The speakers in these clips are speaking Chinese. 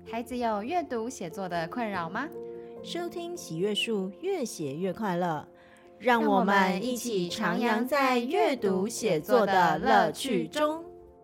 孩子有阅读写作的困扰吗？ 收听喜悦树越写越快乐，让我们一起徜徉在阅读写作的乐趣中。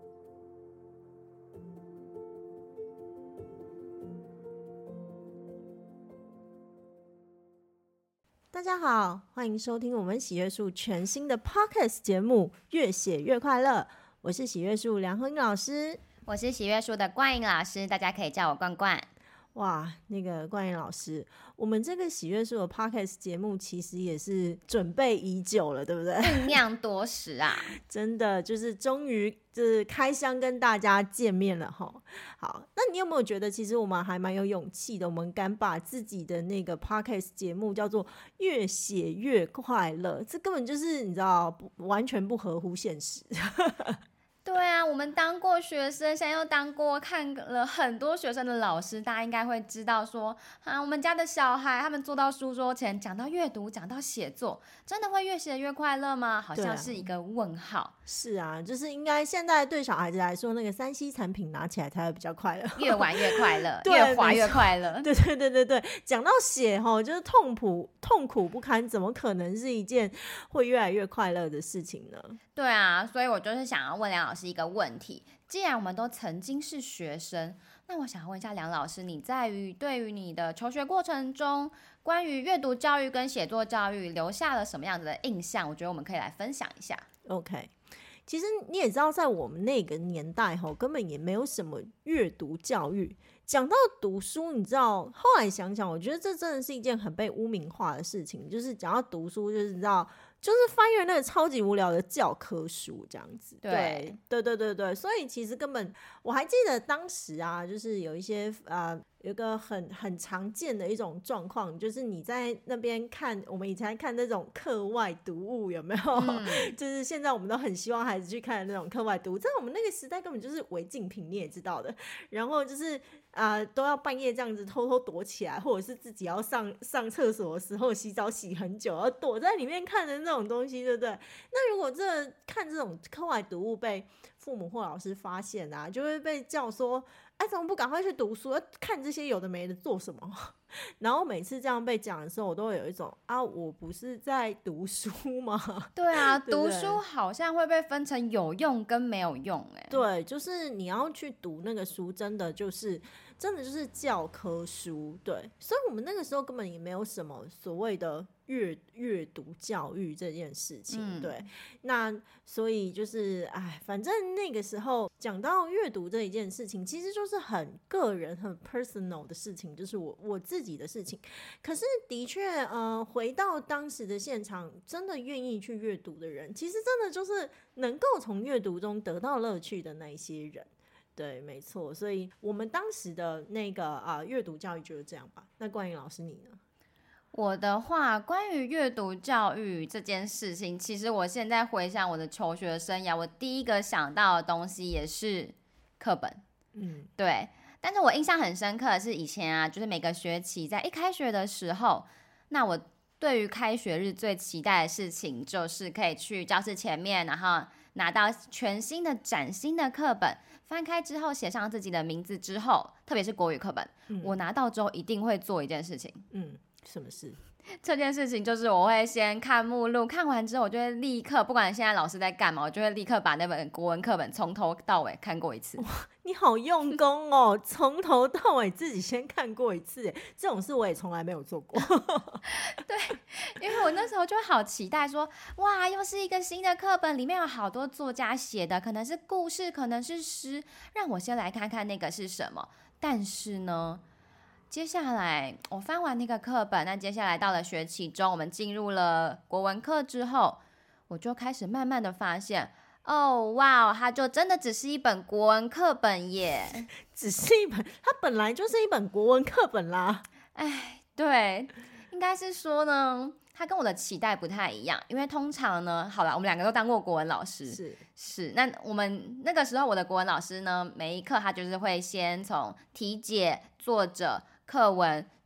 大家好，欢迎收听我们喜悦树全新的 Podcast 节目《越写越快乐》，我是喜悦树梁亨老师， 我是喜悦树的冠莹老师，大家可以叫我冠冠。 哇，那个冠莹老师，我们这个喜悦树的 Podcast 节目其实也是准备已久了，对不对？ 酝酿多时啊， 真的就是终于就是开箱跟大家见面了齁。好，那你有没有觉得其实我们还蛮有勇气的，我们敢把自己的那个 Podcast 节目叫做越写越快乐，这根本就是你知道完全不合乎现实。 对啊，我们当过学生，现在又当过看了很多学生的老师，大家应该会知道说啊，我们家的小孩他们坐到书桌前，讲到阅读，讲到写作，真的会越写越快乐吗？好像是一个问号。 是啊，就是应该现在对小孩子来说，那个3C 产品拿起来才会比较快乐， 越玩越快乐，越滑越快乐。 对对对对对，讲到写就是痛苦不堪，怎么可能是一件会越来越快乐的事情呢？ 对啊，所以我就是想要问梁老师一个问题，既然我们都曾经是学生，那我想问一下梁老师，你对于你的求学过程中，关于阅读教育跟写作教育留下了什么样子的印象？我觉得我们可以来分享一下。 OK， 其实你也知道，在我们那个年代根本也没有什么阅读教育。讲到读书，你知道，后来想想，我觉得这真的是一件很被污名化的事情。就是讲到读书，就是你知道，就是翻阅那个超级无聊的教科书这样子。对对对对对，所以其实根本我还记得当时啊，就是有一些有一个很常见的一种状况，就是你在那边看，我们以前看那种课外读物，有没有？就是现在我们都很希望孩子去看的那种课外读物，在我们那个时代根本就是违禁品，你也知道的。然后就是都要半夜这样子偷偷躲起来，或者是自己要上厕所的时候洗澡洗很久，要躲在里面看的那种东西，对不对？那如果看这种课外读物被父母或老师发现啊，就会被叫说，哎，怎么不赶快去读书？看这些有的没的做什么？然后每次这样被讲的时候，我都会有一种我不是在读书吗？ 对啊，读书好像会被分成有用跟没有用。 对，就是你要去读那个书，真的就是教科书。对，所以我们那个时候根本也没有什么所谓的阅读教育这件事情。对，那所以就是反正那个时候讲到阅读这一件事情，其实就是很个人很 personal 的事情，就是我自己的事情。可是的确回到当时的现场，真的愿意去阅读的人，其实真的就是能够从阅读中得到乐趣的那一些人。对，没错，所以我们当时的那个阅读教育就是这样吧。那冠莹老师你呢？ 我的话，关于阅读教育这件事情，其实我现在回想我的求学生涯，我第一个想到的东西也是课本。对。但是我印象很深刻的是以前啊，就是每个学期在一开学的时候，那我对于开学日最期待的事情就是可以去教室前面，然后拿到全新的崭新的课本，翻开之后写上自己的名字之后，特别是国语课本，我拿到之后一定会做一件事情。 什么事？ 这件事情就是我会先看目录，看完之后我就会立刻，不管现在老师在干嘛，我就会立刻把那本国文课本从头到尾看过一次。 你好用功哦，从头到尾自己先看过一次，这种事我也从来没有做过。 对，因为我那时候就好期待说，哇，又是一个新的课本，里面有好多作家写的，可能是故事，可能是诗，让我先来看看那个是什么。但是呢，接下来我翻完那个课本，那接下来到了学期中，我们进入了国文课之后，我就开始慢慢的发现，哇，它就真的只是一本国文课本耶。 只是一本，它本来就是一本国文课本啦。 对，应该是说呢，它跟我的期待不太一样，因为通常呢，好了，我们两个都当过国文老师，是，那我们那个时候我的国文老师呢，每一课他就是会先从题解、作者、课文、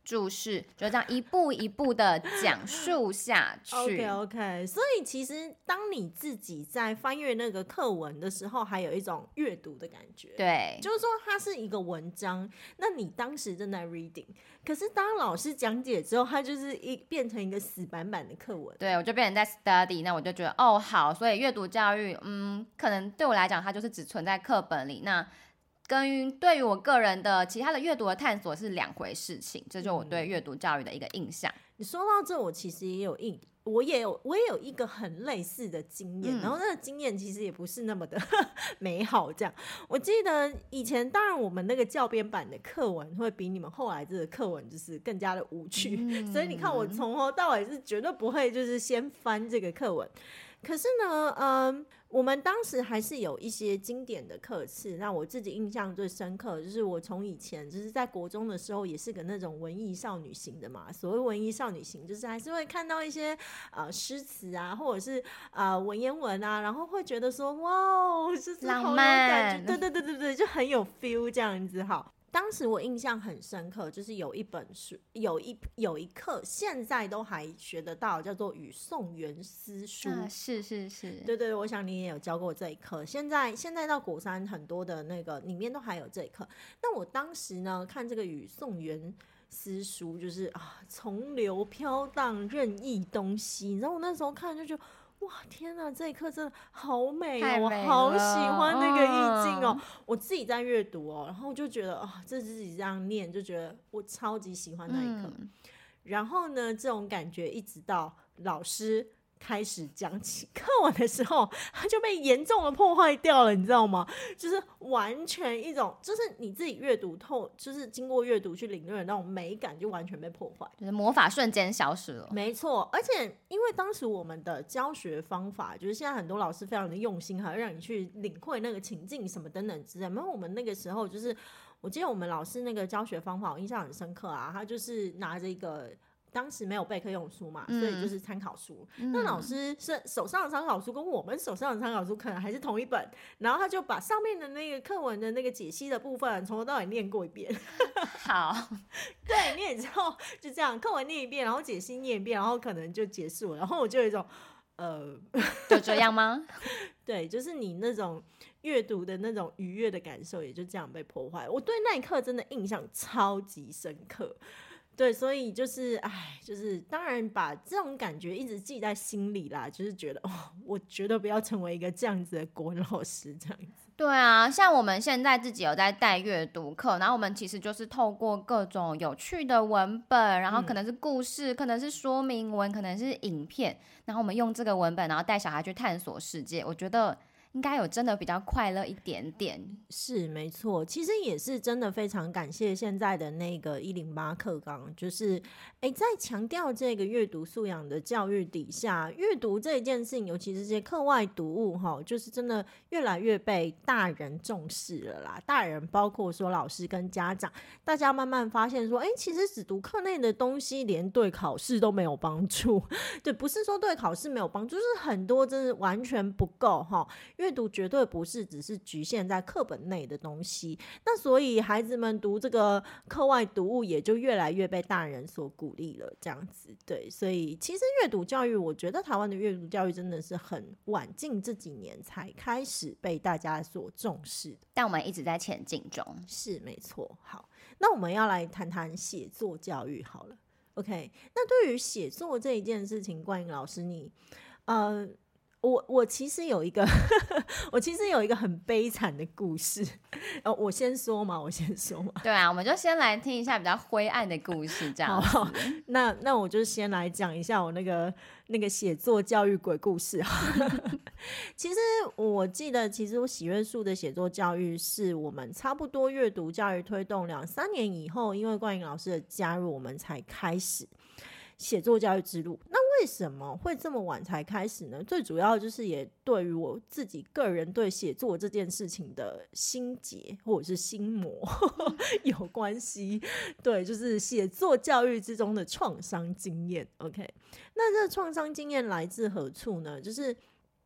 注释，就这样一步一步的讲述下去。 OK， 所以其实当你自己在翻阅那个课文的时候，还有一种阅读的感觉。 对， 就是说它是一个文章，那你当时正在 reading， 可是当老师讲解之后，它就是变成一个死板板的课文。 对，我就变成在 study， 那我就觉得哦好，所以阅读教育，可能对我来讲，它就是只存在课本里。那跟对于我个人的其他的阅读的探索是两回事情，这就是我对阅读教育的一个印象。 你说到这，我其实我也有一个很类似的经验，然后那个经验其实也不是那么的美好。这样，我记得以前，当然我们那个教编版的课文会比你们后来这个课文就是更加的无趣，所以你看我从头到尾是绝对不会就是先翻这个课文。可是呢，我们当时还是有一些经典的课次，让我自己印象最深刻，就是我从以前就是在国中的时候，也是个那种文艺少女型的嘛。所谓文艺少女型，就是还是会看到一些诗词啊，或者是文言文啊，然后会觉得说，哇，就是好有感觉，对，就很有 feel 这样子。好。当时我印象很深刻，就是有一本书，有一课，现在都还学得到，叫做《与宋元思书》。 是， 对，我想你也有教过这一课。现在到国三很多的那个里面都还有这一课。但我当时呢看这个《与宋元思书》，就是从流飘荡，任意东西。然后我那时候看就觉得。哇天哪，这一课真的好美哦，我好喜欢那个意境哦。我自己在阅读然后就觉得这自己这样念就觉得我超级喜欢那一课。然后呢，这种感觉一直到老师开始讲起课文的时候，它就被严重的破坏掉了，你知道吗？就是完全一种，就是你自己阅读透，就是经过阅读去领略的那种美感，就完全被破坏， 就是魔法瞬间消失了。 没错，而且因为当时我们的教学方法，就是现在很多老师非常的用心，还要让你去领会那个情境什么等等之类。然后我们那个时候就是，我记得我们老师那个教学方法，我印象很深刻啊，他就是拿着一个。当时没有备课用书嘛，所以就是参考书。那老师是手上的参考书跟我们手上的参考书可能还是同一本，然后他就把上面的那个课文的那个解析的部分从头到尾念过一遍。 好， 对，念之后就这样，课文念一遍，然后解析念一遍，然后可能就结束了。然后我就有一种就这样吗？ 对，就是你那种阅读的那种愉悦的感受也就这样被破坏。我对那一刻真的印象超级深刻。对，所以就是当然把这种感觉一直记在心里啦，就是觉得我绝对不要成为一个这样子的国文老师这样子。 对啊，像我们现在自己有在带阅读课，然后我们其实就是透过各种有趣的文本，然后可能是故事，可能是说明文，可能是影片，然后我们用这个文本，然后带小孩去探索世界，我觉得应该有真的比较快乐一点点。 是没错，其实也是真的非常感谢现在的那个108课纲，就是在强调这个阅读素养的教育底下，阅读这一件事情，尤其是这些课外读物就是真的越来越被大人重视了啦。大人包括说老师跟家长，大家慢慢发现说其实只读课内的东西连对考试都没有帮助。对，不是说对考试没有帮助，就是很多真的完全不够阅读绝对不是只是局限在课本内的东西，那所以孩子们读这个课外读物也就越来越被大人所鼓励了，这样子。对，所以其实阅读教育，我觉得台湾的阅读教育真的是很晚近这几年才开始被大家所重视的， 但我们一直在前进中。 是没错。好，那我们要来谈谈写作教育好了。OK， 那对于写作这一件事情，冠莹老师你我其实有一个我其实有一个很悲惨的故事。我先说嘛。 对啊，我们就先来听一下比较灰暗的故事这样子。 好，那我就先来讲一下我那个写作教育鬼故事。其实我记得，其实我喜悦树的写作教育是我们差不多阅读教育推动2-3年以后，因为冠莹老师的加入，我们才开始写作教育之路。那为什么会这么晚才开始呢？最主要就是也对于我自己个人对写作这件事情的心结或者是心魔有关系。对，就是写作教育之中的创伤经验。OK， 那这个创伤经验来自何处呢？就是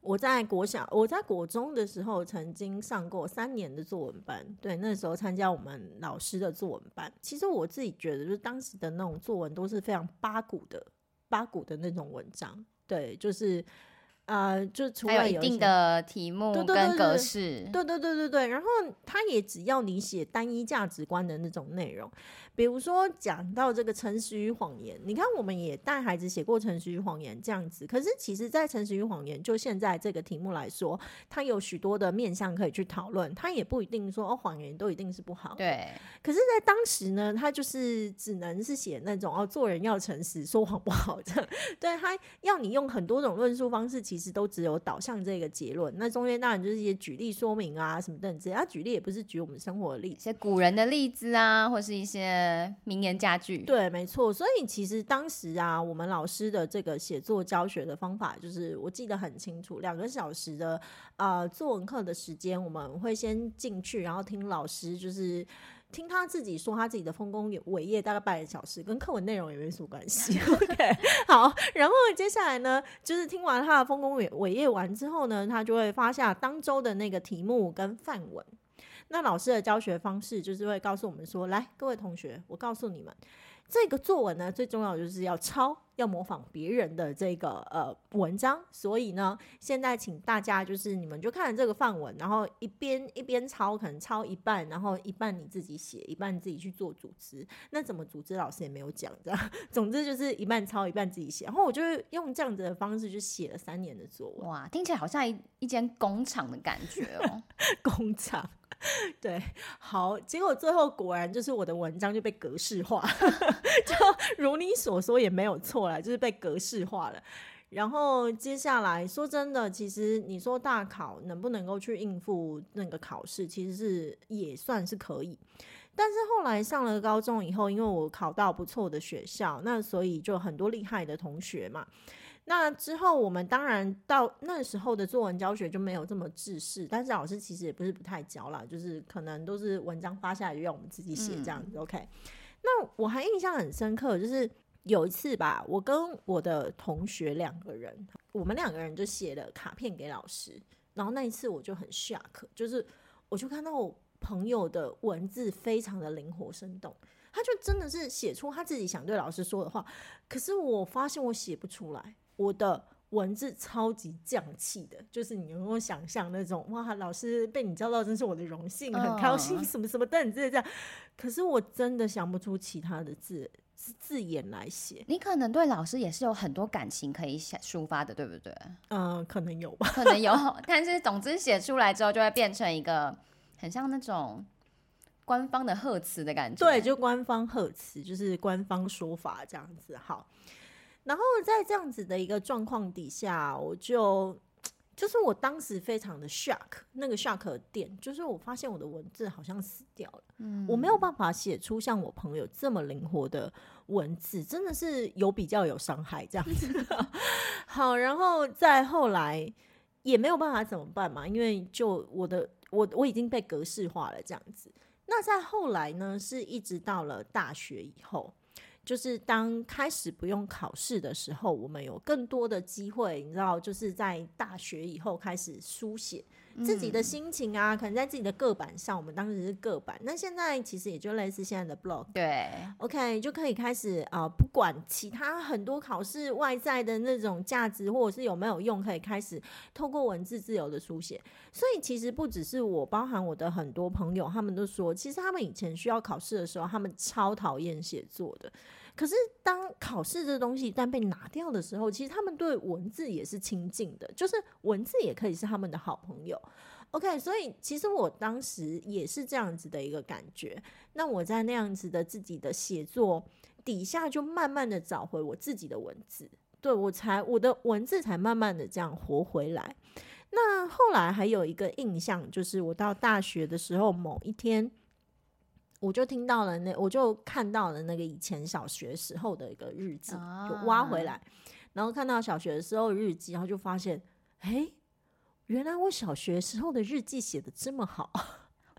我在国中的时候曾经上过3年的作文班，对，那时候参加我们老师的作文班。其实我自己觉得，就是当时的那种作文都是非常八股的那种文章，对，就是就除了还有一定的题目跟格式， 对，然后他也只要你写单一价值观的那种内容。比如说讲到这个诚实与谎言，你看我们也带孩子写过诚实与谎言这样子，可是其实在诚实与谎言就现在这个题目来说，它有许多的面向可以去讨论，它也不一定说谎言都一定是不好的。 对， 可是在当时呢，他就是只能是写那种做人要诚实，说谎不好的。对，他要你用很多种论述方式，其实都只有导向这个结论，那中间当然就是一些举例说明啊什么等之类，他举例也不是举我们生活的例子， 一些古人的例子啊，或是一些名言佳句。 对，没错。所以其实当时我们老师的这个写作教学的方法，就是我记得很清楚，2个小时的作文课的时间，我们会先进去，然后听老师就是听他自己说他自己的丰功伟业，大概半个小时，跟课文内容也没什么关系。OK， 好，然后接下来呢，就是听完他的丰功伟业完之后呢，他就会发下当周的那个题目跟范文。那老师的教学方式就是会告诉我们说，来，各位同学，我告诉你们，这个作文呢，最重要的就是要抄，要模仿别人的这个文章。所以呢，现在请大家就是你们就看这个范文，然后一边抄，可能抄一半，然后一半你自己写，一半自己去做组织。那怎么组织，老师也没有讲，这样。总之就是一半抄，一半自己写。然后我就用这样子的方式，就写了3年的作文。 哇，听起来好像一间工厂的感觉哦。 工厂。对，好，结果最后果然就是我的文章就被格式化，就如你所说也没有错啦，就是被格式化了。然后接下来说真的，其实你说大考能不能够去应付那个考试，其实是也算是可以。但是后来上了高中以后，因为我考到不错的学校，那所以就很多厉害的同学嘛。那之后我们当然到那时候的作文教学就没有这么制式，但是老师其实也不是不太教啦，就是可能都是文章发下来就让我们自己写这样子。OK， 那我还印象很深刻，就是有一次吧，我跟我的同学2个人，我们2个人就写了卡片给老师，然后那一次我就很 shock， 就是我就看到我朋友的文字非常的灵活生动，他就真的是写出他自己想对老师说的话，可是我发现我写不出来，我的文字超级匠气的，就是你能够想象那种哇，老师被你教到真是我的荣幸，很高兴什么什么等之类这样，可是我真的想不出其他的字眼来写。 你可能对老师也是有很多感情可以抒发的，对不对？ 可能有吧， 可能有，但是总之写出来之后就会变成一个很像那种官方的贺词的感觉。 对，就官方贺词，就是官方说法这样子。好，然后在这样子的一个状况底下，我就是我当时非常的 shock， 那个 shock 的点就是我发现我的文字好像死掉了，我没有办法写出像我朋友这么灵活的文字，真的是有比较有伤害这样子。好，然后再后来也没有办法怎么办嘛，因为就我已经被格式化了这样子。那再后来呢，是一直到了大学以后，就是当开始不用考试的时候，我们有更多的机会，你知道，就是在大学以后开始书写自己的心情啊，可能在自己的个板上，我们当时是个板，那现在其实也就类似现在的 blog， 对 ，OK， 就可以开始不管其他很多考试外在的那种价值或者是有没有用，可以开始透过文字自由的书写。所以其实不只是我，包含我的很多朋友，他们都说，其实他们以前需要考试的时候，他们超讨厌写作的。可是当考试这东西一旦被拿掉的时候，其实他们对文字也是亲近的，就是文字也可以是他们的好朋友。OK， 所以其实我当时也是这样子的一个感觉。那我在那样子的自己的写作底下，就慢慢的找回我自己的文字，对，我的文字才慢慢的这样活回来。那后来还有一个印象，就是我到大学的时候，某一天我就听到了我就看到了那个以前小学时候的一个日记，就挖回来，然后看到小学的时候的日记，然后就发现，原来我小学时候的日记写得这么好。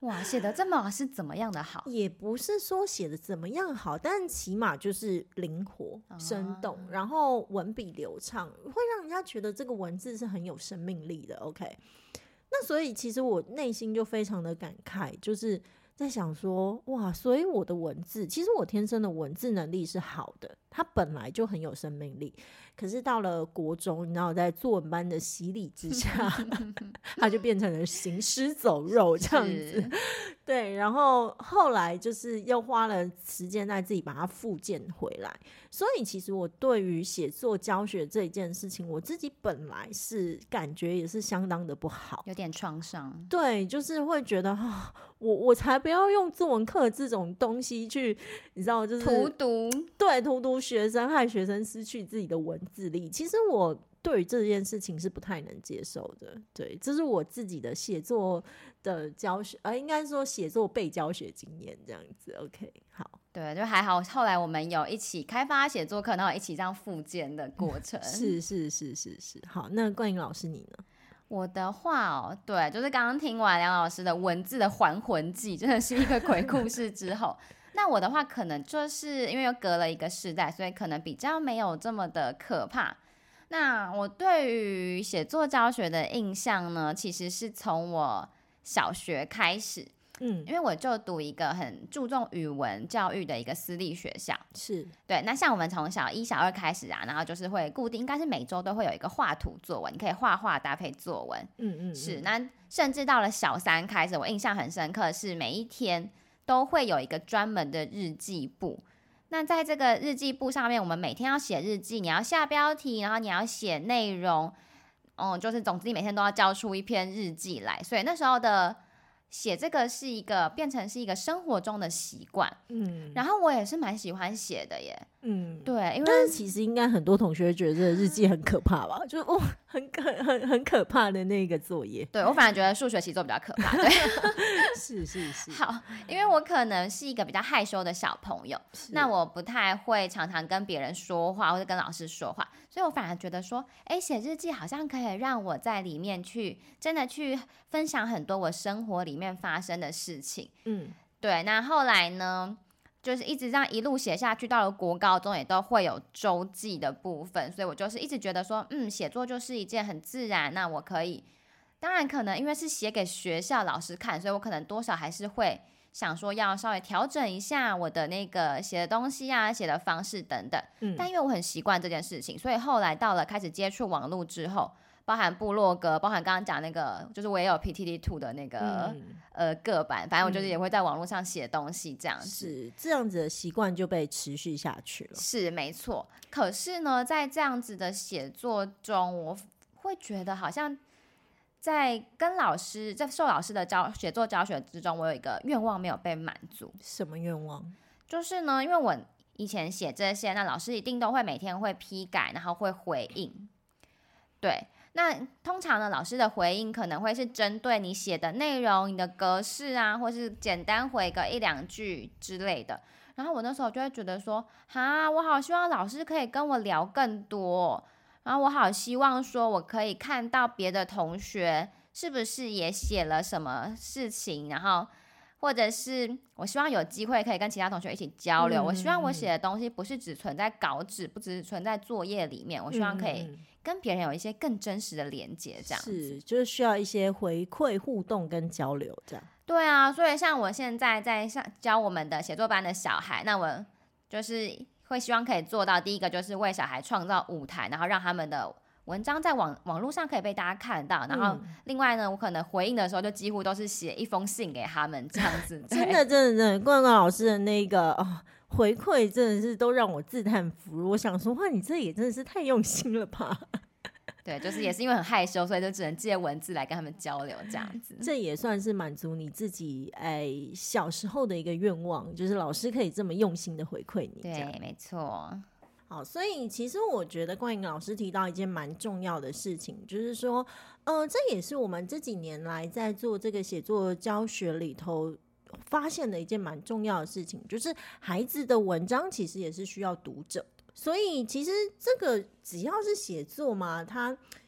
哇，写的这么好是怎么样的好？ 也不是说写的怎么样好，但起码就是灵活、生动，然后文笔流畅，会让人家觉得这个文字是很有生命力的。OK， 那所以其实我内心就非常的感慨，就是在想说，哇，所以我的文字，其实我天生的文字能力是好的，它本来就很有生命力。可是到了国中，你知道，在作文班的洗礼之下，它就变成了行尸走肉这样子。对，然后后来就是又花了时间在自己把它复健回来。所以其实我对于写作教学这一件事情，我自己本来是感觉也是相当的不好， 有点创伤。 对，就是会觉得我才不要用作文课这种东西去，你知道，就是荼毒， 对，荼毒学生，害学生失去自己的文字力。其实我对于这件事情是不太能接受的。对，这是我自己的写作的教学，应该说写作被教学经验这样子。OK， 好， 对，就还好。后来我们有一起开发写作课，然后一起这样复健的过程。 是。好，那冠莹老师你呢？ 我的话对，就是刚刚听完梁老师的文字的还魂记，真的是一个鬼故事之后，那我的话可能就是因为又隔了一个世代，所以可能比较没有这么的可怕。那我对于写作教学的印象呢，其实是从我小学开始。因为我就读一个很注重语文教育的一个私立学校， 是对。那像我们从小1、小2开始啊，然后就是会固定，应该是每周都会有一个画图作文，你可以画画搭配作文。是。那甚至到了小3开始，我印象很深刻是每一天都会有一个专门的日记簿。那在这个日记簿上面，我们每天要写日记，你要下标题，然后你要写内容，就是总之你每天都要交出一篇日记来。所以那时候的写这个是变成是一个生活中的习惯。然后我也是蛮喜欢写的耶。对，因为但是其实应该很多同学觉得这个日记很可怕吧，就是很可怕的那个作业。 对，我反而觉得数学习作比较可怕。对， 是。 好，因为我可能是一个比较害羞的小朋友，那我不太会常常跟别人说话或者跟老师说话，所以我反而觉得说，写日记好像可以让我在里面真的去分享很多我生活里面发生的事情。对。那后来呢，就是一直这样一路写下去，到了国高中也都会有周记的部分，所以我就是一直觉得说，写作就是一件很自然，那我可以，当然可能因为是写给学校老师看，所以我可能多少还是会想说要稍微调整一下我的那个写的东西啊，写的方式等等。但因为我很习惯这件事情，所以后来到了开始接触网络之后，包含部落格，包含刚刚讲那个，就是我也有 PTT2 的那个个版，反正我就是也会在网络上写东西这样子。 是这样子的习惯就被持续下去了。 是没错。可是呢，在这样子的写作中，我会觉得好像在受老师的写作教学之中，我有一个愿望没有被满足。 什么愿望？ 就是呢，因为我以前写这些，那老师一定都会每天会批改，然后会回应。对。那通常呢，老师的回应可能会是针对你写的内容、你的格式啊，或是简单回个1、2句之类的。然后我那时候就会觉得说，我好希望老师可以跟我聊更多，然后我好希望说我可以看到别的同学是不是也写了什么事情，然后或者是我希望有机会可以跟其他同学一起交流。我希望我写的东西不是只存在稿纸，不只是存在作业里面，我希望可以跟别人有一些更真实的连接，这样子。 是，就是需要一些回馈、互动跟交流这样。 对啊，所以像我现在在教我们的写作班的小孩，那我就是会希望可以做到，第一个就是为小孩创造舞台，然后让他们的文章在网络上可以被大家看到。然后另外呢，我可能回应的时候就几乎都是写一封信给他们这样子。 真的，冠冠老师的那个回馈真的是都让我自叹弗如。我想说，哇，你这也真的是太用心了吧。 对，就是也是因为很害羞，所以就只能借文字来跟他们交流这样子。 这也算是满足你自己小时候的一个愿望，就是老师可以这么用心的回馈你。 对，没错。 好，所以其实我觉得冠莹老师提到一件蛮重要的事情，就是说这也是我们这几年来在做这个写作教学里头发现的一件蛮重要的事情，就是孩子的文章其实也是需要读者的。所以其实这个只要是写作嘛，它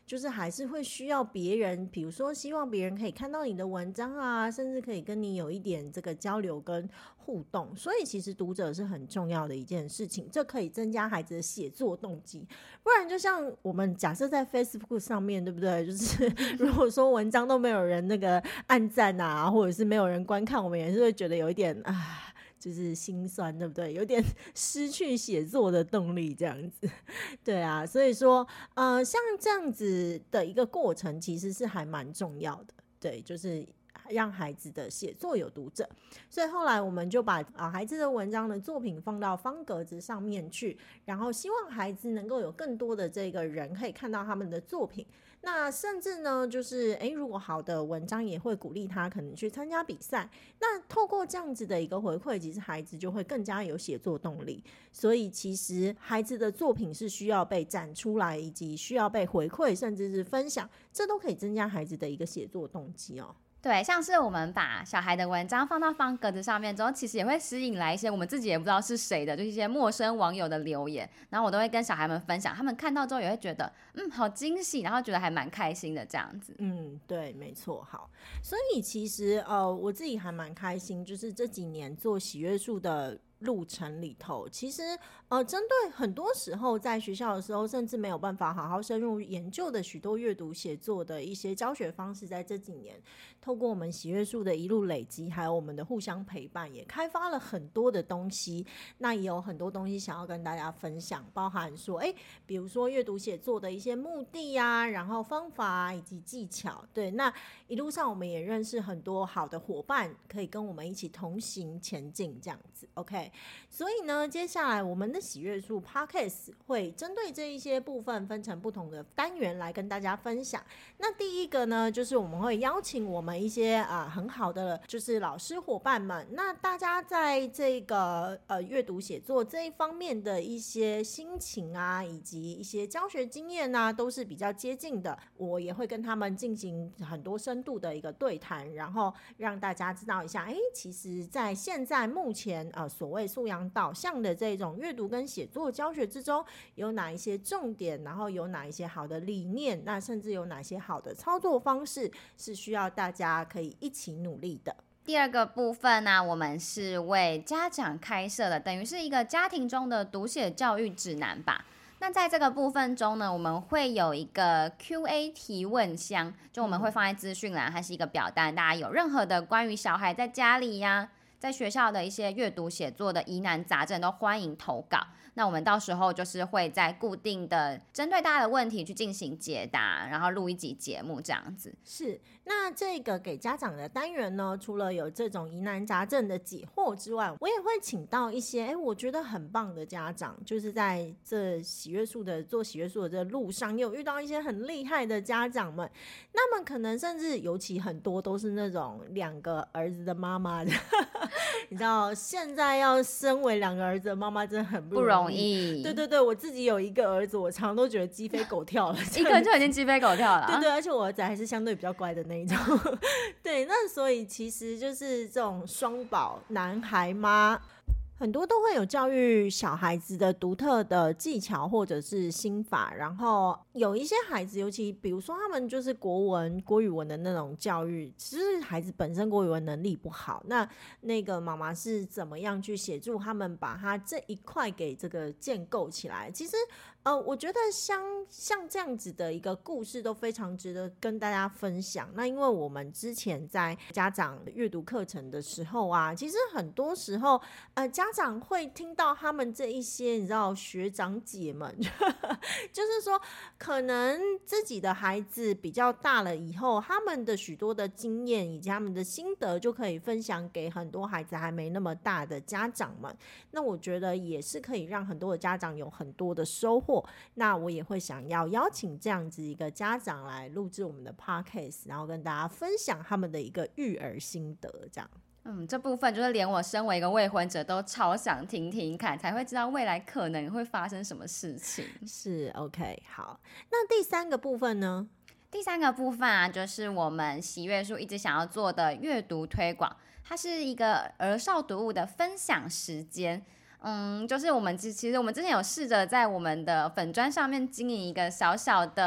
就是还是会需要别人，比如说希望别人可以看到你的文章啊，甚至可以跟你有一点这个交流跟互动，所以其实读者是很重要的一件事情，这可以增加孩子的写作动机。不然就像我们假设在 Facebook 上面，对不对？就是如果说文章都没有人那个按赞啊，或者是没有人观看，我们也是会觉得有一点就是心酸，对不对？有点失去写作的动力这样子。对啊，所以说像这样子的一个过程其实是还蛮重要的。对，就是让孩子的写作有读者，所以后来我们就把孩子的文章的作品放到方格子上面去，然后希望孩子能够有更多的这个人可以看到他们的作品。那甚至呢，就是如果好的文章也会鼓励他可能去参加比赛。那透过这样子的一个回馈，其实孩子就会更加有写作动力。所以其实孩子的作品是需要被展出来，以及需要被回馈，甚至是分享，这都可以增加孩子的一个写作动机哦。 对，像是我们把小孩的文章放到方格子上面之后，其实也会吸引来一些我们自己也不知道是谁的，就是一些陌生网友的留言，然后我都会跟小孩们分享，他们看到之后也会觉得好惊喜，然后觉得还蛮开心的这样子。 对，没错。好，所以其实我自己还蛮开心，就是这几年做喜悦树的路程里头，其实针对很多时候在学校的时候甚至没有办法好好深入研究的许多阅读写作的一些教学方式，在这几年透过我们喜悦树的一路累积，还有我们的互相陪伴，也开发了很多的东西。那也有很多东西想要跟大家分享，包含说比如说阅读写作的一些目的啊，然后方法以及技巧。对，那一路上我们也认识很多好的伙伴，可以跟我们一起同行前进这样子。 OK，所以呢，接下来我们的喜悦树 Podcast 会针对这一些部分分成不同的单元来跟大家分享。那第一个呢，就是我们会邀请我们一些很好的就是老师伙伴们，那大家在这个阅读写作这一方面的一些心情啊，以及一些教学经验啊，都是比较接近的。我也会跟他们进行很多深度的一个对谈，然后让大家知道一下其实在现在目前所谓素养导向的这种阅读跟写作教学之中，有哪一些重点，然后有哪一些好的理念，那甚至有哪些好的操作方式是需要大家可以一起努力的。 第二个部分呢，我们是为家长开设的，等于是一个家庭中的读写教育指南吧。那在这个部分中呢，我们会有一个 QA 提问箱，就我们会放在资讯栏，它是一个表单，大家有任何的关于小孩在家里呀，在学校的一些阅读写作的疑难杂症都欢迎投稿。那我们到时候就是会在固定的针对大家的问题去进行解答，然后录一集节目这样子。 是，那这个给家长的单元呢，除了有这种疑难杂症的解惑之外，我也会请到一些我觉得很棒的家长，就是在这喜悦树的做喜悦树的这路上，有遇到一些很厉害的家长们，那么可能甚至尤其很多都是那种2个儿子的妈妈的你知道现在要身为2个儿子的妈妈真的很不容易。对对对，我自己有1个儿子，我常常都觉得鸡飞狗跳了一个就已经鸡飞狗跳了对对，而且我儿子还是相对比较乖的那一种对，那所以其实就是这种双宝男孩妈很多都会有教育小孩子的独特的技巧或者是心法，然后有一些孩子，尤其比如说他们就是国语文的那种教育，其实孩子本身国语文能力不好，那个妈妈是怎么样去协助他们把他这一块给这个建构起来。其实我觉得像这样子的一个故事都非常值得跟大家分享。那因为我们之前在家长阅读课程的时候啊，其实很多时候家长会听到他们这一些你知道学长姐们就是说可能自己的孩子比较大了以后，他们的许多的经验以及他们的心得就可以分享给很多孩子还没那么大的家长们。那我觉得也是可以让很多的家长有很多的收获。那我也会想要邀请这样子一个家长来录制我们的 podcast， 然后跟大家分享他们的一个育儿心得这样。 这部分就是连我身为一个未婚者都超想听听看，才会知道未来可能会发生什么事情。 是 OK。 好，那第3个部分呢？ 第3个部分啊，就是我们喜悦树一直想要做的阅读推广，它是一个儿少读物的分享时间。就是其实我们之前有试着在我们的粉专上面经营一个小小的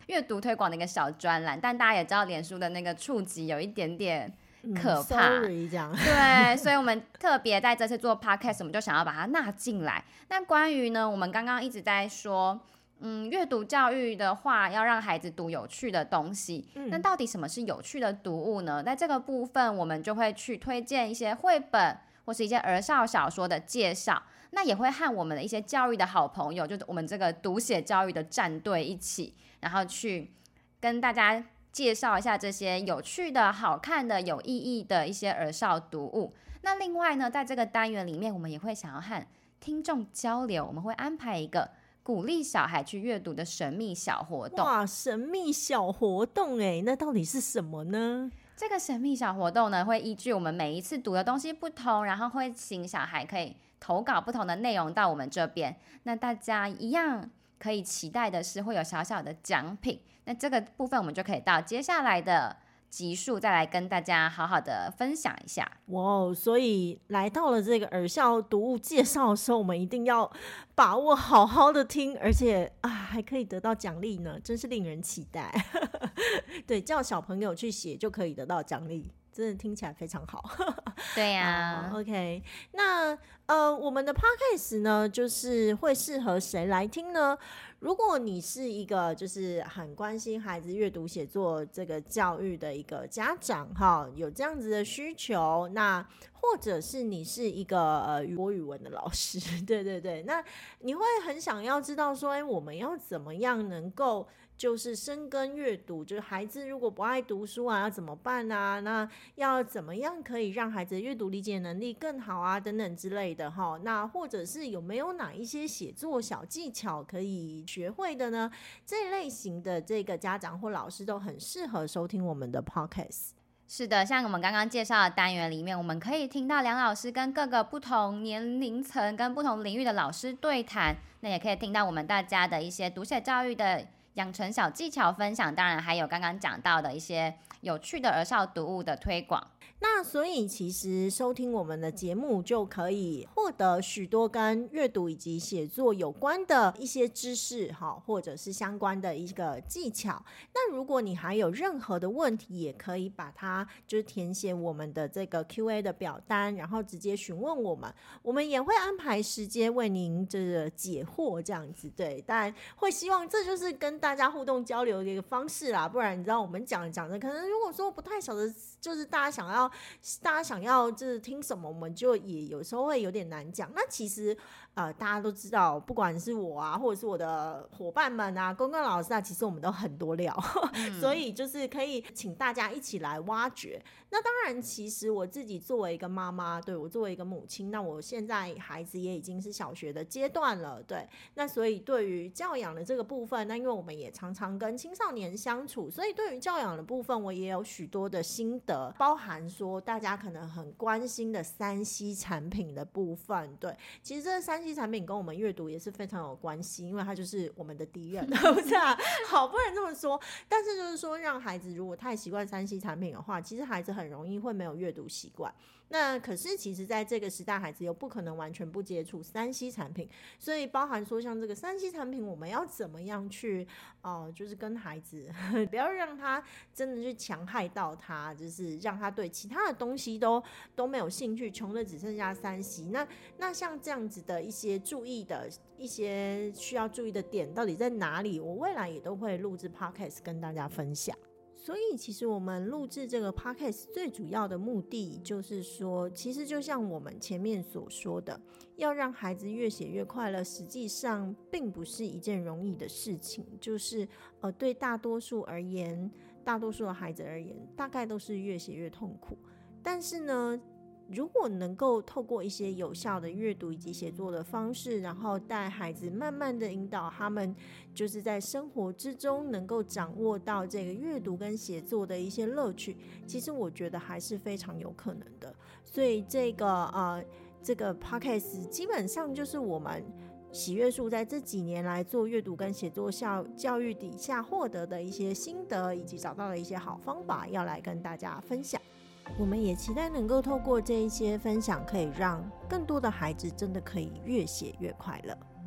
阅读推广的一个小专栏，但大家也知道脸书的那个触及有一点点可怕， sorry 这样。 对，所以我们特别在这次做 podcast， 我们就想要把它纳进来。那关于呢，我们刚刚一直在说，阅读教育的话，要让孩子读有趣的东西。那到底什么是有趣的读物呢？在这个部分，我们就会去推荐一些绘本或是一些儿少小说的介绍。那也会和我们的一些教育的好朋友，就是我们这个读写教育的战队一起，然后去跟大家介绍一下这些有趣的、好看的、有意义的一些儿少读物。那另外呢，在这个单元里面，我们也会想要和听众交流，我们会安排一个鼓励小孩去阅读的神秘小活动。 哇，神秘小活动耶，那到底是什么呢？ 这个神秘小活动呢，会依据我们每一次读的东西不同，然后会请小孩可以投稿不同的内容到我们这边。那大家一样可以期待的是会有小小的奖品。那这个部分我们就可以到接下来的集数再来跟大家好好的分享一下。 哇，所以来到了这个儿少读物介绍的时候，我们一定要把握好好的听，而且还可以得到奖励呢，真是令人期待。对，叫小朋友去写就可以得到奖励，真的听起来非常好。 对呀、 OK， 那我们的 Podcast 呢，就是会适合谁来听呢？如果你是一个就是很关心孩子阅读写作这个教育的一个家长哈，有这样子的需求，那或者是你是一个国语文的老师，对对对，那你会很想要知道说，我们要怎么样能够就是深耕阅读，就是孩子如果不爱读书啊，要怎么办啊？那要怎么样可以让孩子的阅读理解能力更好啊？等等之类的哈。那或者是有没有哪一些写作小技巧可以学会的呢？这类型的这个家长或老师都很适合收听我们的 podcast。 是的，像我们刚刚介绍的单元里面，我们可以听到梁老师跟各个不同年龄层跟不同领域的老师对谈，那也可以听到我们大家的一些读写教育的养成小技巧分享，当然还有刚刚讲到的一些有趣的儿少读物的推广。 那所以其实收听我们的节目就可以获得许多跟阅读以及写作有关的一些知识或者是相关的一个技巧。那如果你还有任何的问题，也可以把它就是填写我们的这个 QA 的表单，然后直接询问我们，我们也会安排时间为您这个解惑这样子。对，但会希望这就是跟大家互动交流的一个方式啦，不然你知道我们讲着可能如果说不太晓得就是大家想要就是听什么，我们就也有时候会有点难讲。那其实大家都知道，不管是我啊，或者是我的伙伴们啊，公公老师啊，其实我们都很多料，所以就是可以请大家一起来挖掘。那当然，其实我自己作为一个妈妈，对，我作为一个母亲，那我现在孩子也已经是小学的阶段了，对，那所以对于教养的这个部分，那因为我们也常常跟青少年相处，所以对于教养的部分，我也有许多的心得，包含说大家可能很关心的3C 产品的部分。对，其实这3C 产品跟我们阅读也是非常有关系，因为它就是我们的敌人，不是啊？好，不能这么说，但是就是说，让孩子如果太习惯3C 产品的话，其实孩子很容易会没有阅读习惯。那可是其实在这个时代，孩子又不可能完全不接触3C 产品，所以包含说像这个3C 产品，我们要怎么样去就是跟孩子不要让他真的去强害到他，就是让他对其他的东西都没有兴趣，穷的只剩下3C。那像这样子的一些注意的一些需要注意的点到底在哪里，我未来也都会录制 podcast 跟大家分享。所以其实我们录制这个 podcast 最主要的目的就是说，其实就像我们前面所说的，要让孩子越写越快乐，实际上并不是一件容易的事情，就是对大多数而言，大多数的孩子而言，大概都是越写越痛苦。但是呢，如果能够透过一些有效的阅读以及写作的方式，然后带孩子慢慢的引导他们，就是在生活之中能够掌握到这个阅读跟写作的一些乐趣，其实我觉得还是非常有可能的。所以这个 podcast 基本上就是我们喜阅树在这几年来做阅读跟写作教育底下获得的一些心得，以及找到的一些好方法，要来跟大家分享。我们也期待能够透过这一些分享，可以让更多的孩子真的可以越写越快乐。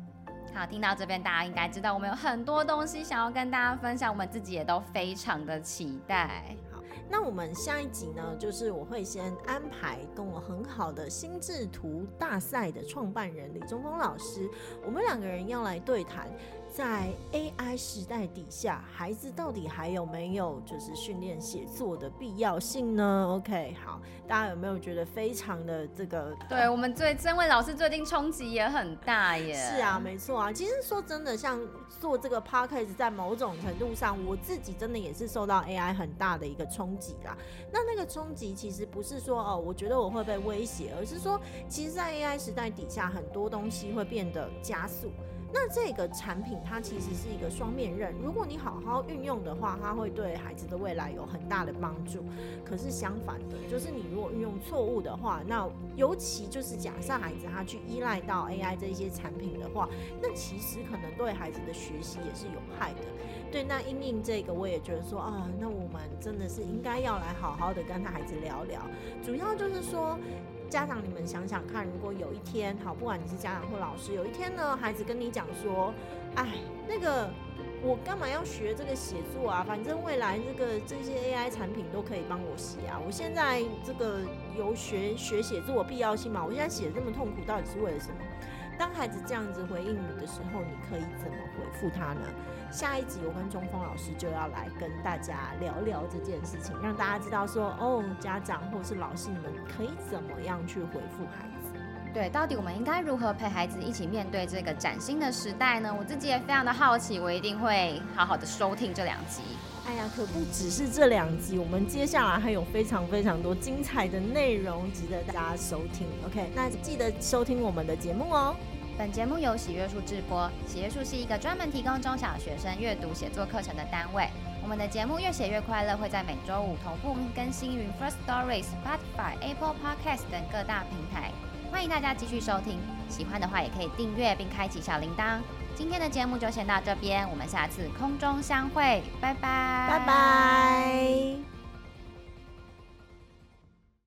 好，听到这边大家应该知道我们有很多东西想要跟大家分享，我们自己也都非常的期待。 那我们下一集呢，就是我会先安排跟我很好的心智图大赛的创办人李中峰老师，我们2个人要来对谈，在 AI 时代底下，孩子到底还有没有就是训练写作的必要性呢 ？OK， 好，大家有没有觉得非常的这个？ 对，我们身为老师最近冲击也很大耶。 是啊，没错啊。其实说真的，像做这个 podcast， 在某种程度上，我自己真的也是受到 AI 很大的一个冲击啦。那个冲击其实不是说我觉得我会被威胁，而是说，其实，在 AI 时代底下，很多东西会变得加速。那这个产品它其实是一个双面刃，如果你好好运用的话，它会对孩子的未来有很大的帮助。可是相反的，就是你如果运用错误的话，那尤其就是假设孩子他去依赖到 AI 这些产品的话，那其实可能对孩子的学习也是有害的。对，那因应这个，我也觉得说那我们真的是应该要来好好的跟他孩子聊聊，主要就是说。家长，你们想想看，如果有一天，好，不管你是家长或老师，有一天呢，孩子跟你讲说，那个我干嘛要学这个写作啊？反正未来这些 AI 产品都可以帮我写啊。我现在这个有学写作的必要性嘛？我现在写这么痛苦，到底是为了什么？当孩子这样子回应你的时候，你可以怎么回复他呢？下一集我跟中峰老师就要来跟大家聊聊这件事情，让大家知道说家长或是老师，你们可以怎么样去回复孩子。 对，到底我们应该如何陪孩子一起面对这个崭新的时代呢？我自己也非常的好奇，我一定会好好的收听这2集。 哎呀，可不只是这2集，我们接下来还有非常非常多精彩的内容值得大家收听。OK， 那记得收听我们的节目哦。 本节目由喜阅树制播，喜阅树是一个专门提供中小学生阅读写作课程的单位。我们的节目越写越快乐会在每周5同步更新于 Firstory、Spotify、Apple Podcast 等各大平台，欢迎大家继续收听。喜欢的话也可以订阅并开启小铃铛。今天的节目就先到这边，我们下次空中相会，拜拜， 拜拜。